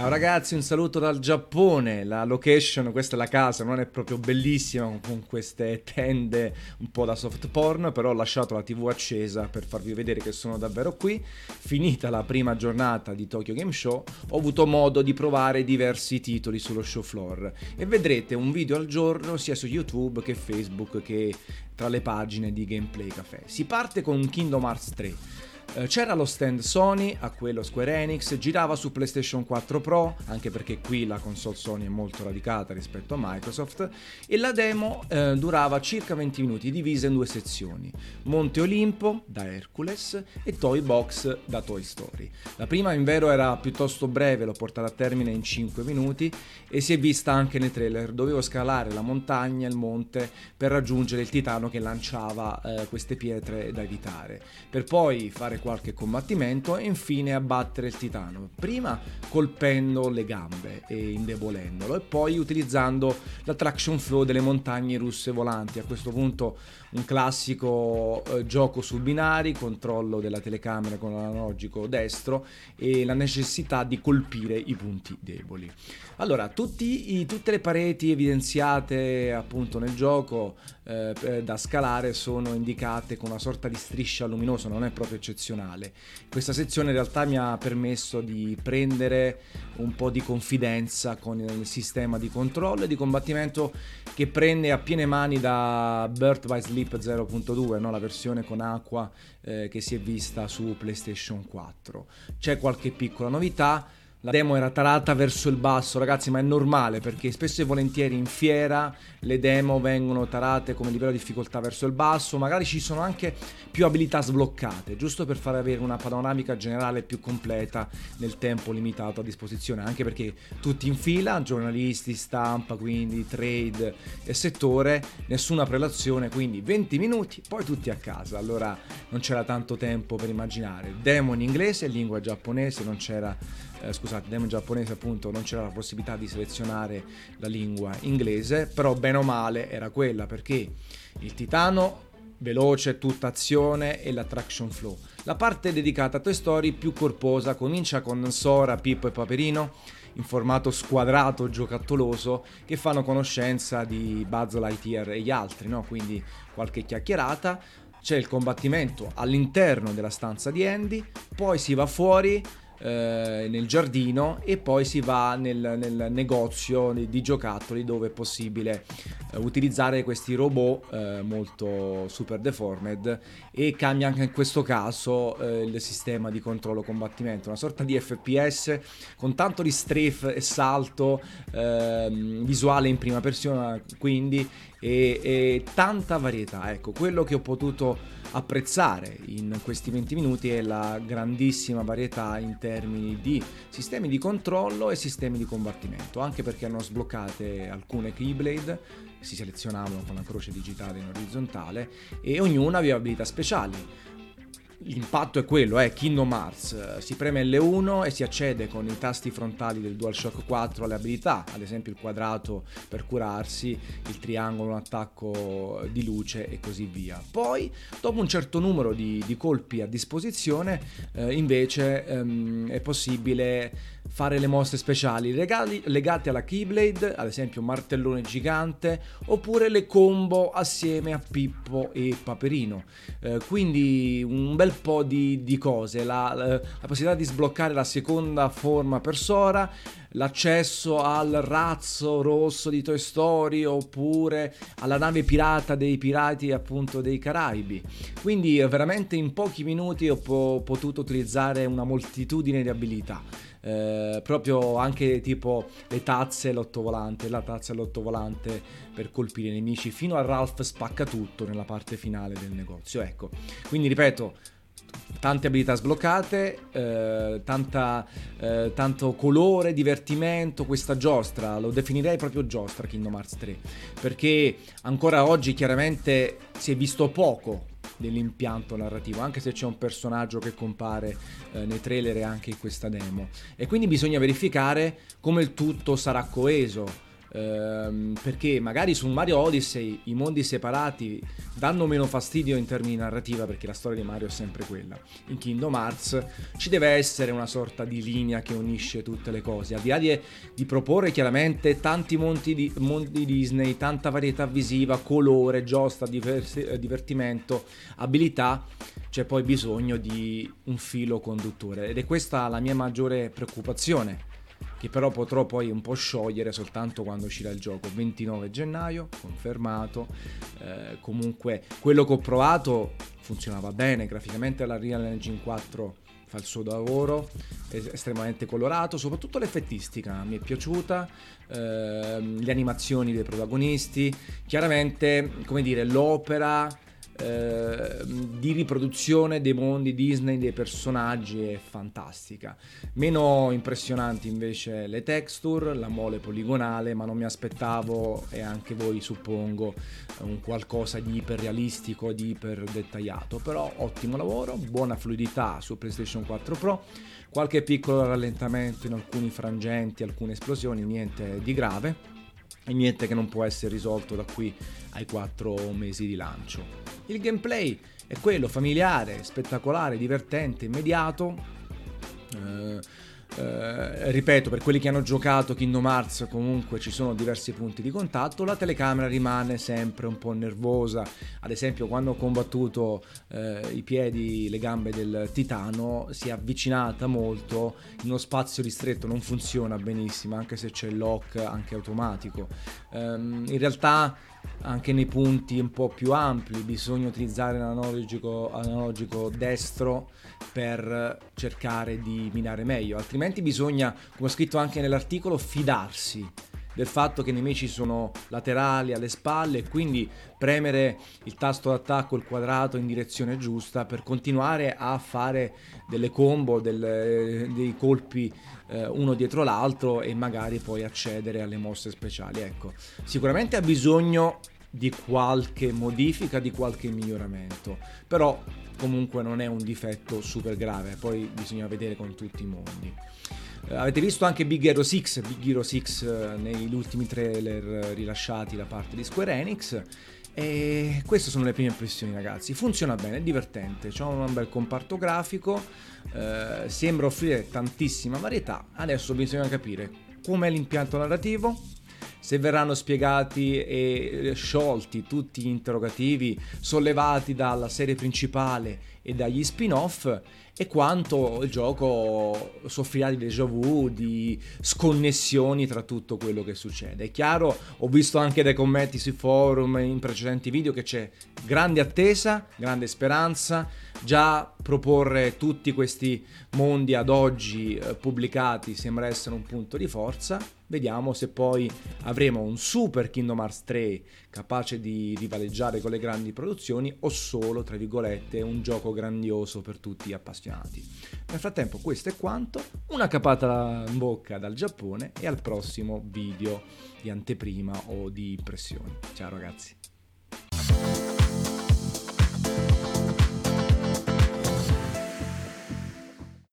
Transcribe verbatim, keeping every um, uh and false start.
Ciao ragazzi, un saluto dal Giappone. La location, questa è la casa, non è proprio bellissima con queste tende un po' da soft porn, però ho lasciato la tivù accesa per farvi vedere che sono davvero qui. Finita la prima giornata di Tokyo Game Show, ho avuto modo di provare diversi titoli sullo show floor e vedrete un video al giorno sia su YouTube che Facebook che tra le pagine di Gameplay Café. Si parte con Kingdom Hearts tre. C'era lo stand Sony, a quello Square Enix, girava su PlayStation quattro Pro, anche perché qui la console Sony è molto radicata rispetto a Microsoft, e la demo eh, durava circa venti minuti, divisa in due sezioni: Monte Olimpo da Hercules e Toy Box da Toy Story. La prima in vero era piuttosto breve, l'ho portata a termine in cinque minuti e si è vista anche nei trailer. Dovevo scalare la montagna, il monte, per raggiungere il titano che lanciava eh, queste pietre da evitare, per poi fare qualche combattimento e infine abbattere il titano, prima colpendo le gambe e indebolendolo e poi utilizzando la traction flow delle montagne russe volanti. A questo punto un classico eh, gioco su binari, controllo della telecamera con l'analogico destro e la necessità di colpire i punti deboli. Allora, tutti i, tutte le pareti evidenziate appunto nel gioco eh, da scalare sono indicate con una sorta di striscia luminosa, non è proprio eccezionale. Questa sezione in realtà mi ha permesso di prendere un po' di confidenza con il sistema di controllo e di combattimento che prende a piene mani da Birth by Sleep zero punto due, no? La versione con acqua eh, che si è vista su PlayStation quattro. C'è qualche piccola novità. La demo era tarata verso il basso, ragazzi, ma è normale perché spesso e volentieri in fiera le demo vengono tarate come livello di difficoltà verso il basso, magari ci sono anche più abilità sbloccate, giusto per far avere una panoramica generale più completa nel tempo limitato a disposizione, anche perché tutti in fila, giornalisti, stampa, quindi trade e settore, nessuna prelazione, quindi venti minuti, poi tutti a casa. Allora non c'era tanto tempo per immaginare. Demo in inglese, lingua giapponese, non c'era Eh, scusate, demo in giapponese appunto, non c'era la possibilità di selezionare la lingua inglese, però bene o male era quella, perché il titano veloce, tutta azione e la traction flow. La parte dedicata a Toy Story più corposa comincia con Sora, Pippo e Paperino in formato squadrato giocattoloso che fanno conoscenza di Buzz Lightyear e gli altri, no? Quindi qualche chiacchierata. C'è il combattimento all'interno della stanza di Andy, poi si va fuori Eh, nel giardino e poi si va nel, nel negozio di, di giocattoli dove è possibile eh, utilizzare questi robot eh, molto super deformed, e cambia anche in questo caso eh, il sistema di controllo combattimento, una sorta di F P S con tanto di strafe e salto eh, visuale in prima persona, quindi e, e tanta varietà. Ecco, quello che ho potuto apprezzare in questi venti minuti è la grandissima varietà in termini di sistemi di controllo e sistemi di combattimento, anche perché hanno sbloccate alcune Keyblade, si selezionavano con la croce digitale in orizzontale e ognuna aveva abilità speciali. L'impatto è quello, è eh, Kingdom Hearts, si preme L uno e si accede con i tasti frontali del DualShock quattro alle abilità, ad esempio il quadrato per curarsi, il triangolo un attacco di luce e così via. Poi dopo un certo numero di, di colpi a disposizione eh, invece ehm, è possibile fare le mosse speciali legali, legate alla Keyblade, ad esempio un martellone gigante, oppure le combo assieme a Pippo e Paperino. Eh, quindi un bel po' di, di cose, la, la, la possibilità di sbloccare la seconda forma per Sora, l'accesso al razzo rosso di Toy Story oppure alla nave pirata dei pirati appunto dei Caraibi. Quindi veramente in pochi minuti ho po- potuto utilizzare una moltitudine di abilità. Eh, proprio anche tipo le tazze e l'ottovolante, la tazza e l'ottovolante per colpire i nemici, fino a Ralph Spaccatutto nella parte finale del negozio. Ecco, quindi ripeto, tante abilità sbloccate, eh, tanta, eh, tanto colore, divertimento. Questa giostra, lo definirei proprio giostra Kingdom Hearts tre, perché ancora oggi chiaramente si è visto poco dell'impianto narrativo, anche se c'è un personaggio che compare eh, nei trailer e anche in questa demo, e quindi bisogna verificare come il tutto sarà coeso ehm, perché magari su Mario Odyssey i mondi separati danno meno fastidio in termini narrativa, perché la storia di Mario è sempre quella. In Kingdom Hearts ci deve essere una sorta di linea che unisce tutte le cose, al di là di, di proporre chiaramente tanti mondi, di, mondi Disney, tanta varietà visiva, colore, giostra, diversi, divertimento, abilità. C'è poi bisogno di un filo conduttore, ed è questa la mia maggiore preoccupazione, che però potrò poi un po' sciogliere soltanto quando uscirà il gioco. ventinove gennaio, confermato. Eh, comunque quello che ho provato funzionava bene, graficamente la Unreal Engine quattro fa il suo lavoro, è estremamente colorato, soprattutto l'effettistica mi è piaciuta, eh, le animazioni dei protagonisti, chiaramente, come dire, l'opera Eh, di riproduzione dei mondi Disney, dei personaggi è fantastica. Meno impressionanti invece le texture, la mole poligonale, ma non mi aspettavo, e anche voi suppongo, un qualcosa di iperrealistico, di iper dettagliato. Però ottimo lavoro, buona fluidità su PlayStation quattro Pro, qualche piccolo rallentamento in alcuni frangenti, alcune esplosioni, niente di grave e niente che non può essere risolto da qui ai quattro mesi di lancio. Il gameplay è quello familiare, spettacolare, divertente, immediato. Eh, eh, ripeto, per quelli che hanno giocato Kingdom Hearts comunque ci sono diversi punti di contatto. La telecamera rimane sempre un po' nervosa, ad esempio quando ho combattuto eh, i piedi, le gambe del titano, si è avvicinata molto, in uno spazio ristretto non funziona benissimo, anche se c'è il lock anche automatico. Um, in realtà anche nei punti un po' più ampli bisogna utilizzare l'analogico analogico destro per cercare di minare meglio, altrimenti bisogna, come ho scritto anche nell'articolo, fidarsi del fatto che i nemici sono laterali, alle spalle, e quindi premere il tasto d'attacco, il quadrato, in direzione giusta per continuare a fare delle combo, delle, dei colpi eh, uno dietro l'altro, e magari poi accedere alle mosse speciali. Ecco, sicuramente ha bisogno di qualche modifica, di qualche miglioramento, però comunque non è un difetto super grave, poi bisogna vedere con tutti i mondi. Uh, avete visto anche Big Hero sei, Big Hero sei uh, negli ultimi trailer rilasciati da parte di Square Enix, e queste sono le prime impressioni, ragazzi. Funziona bene, è divertente, c'è un bel comparto grafico, uh, sembra offrire tantissima varietà. Adesso bisogna capire com'è l'impianto narrativo, se verranno spiegati e sciolti tutti gli interrogativi sollevati dalla serie principale e dagli spin-off, e quanto il gioco soffrirà di déjà vu, di sconnessioni tra tutto quello che succede. È chiaro, ho visto anche dai commenti sui forum in precedenti video che c'è grande attesa, grande speranza. Già proporre tutti questi mondi ad oggi eh, pubblicati sembra essere un punto di forza. Vediamo se poi avremo un super Kingdom Hearts tre capace di rivaleggiare con le grandi produzioni, o solo, tra virgolette, un gioco grandioso per tutti gli appassionati. Nel frattempo questo è quanto, una capata in bocca dal Giappone, e al prossimo video di anteprima o di impressioni. Ciao ragazzi.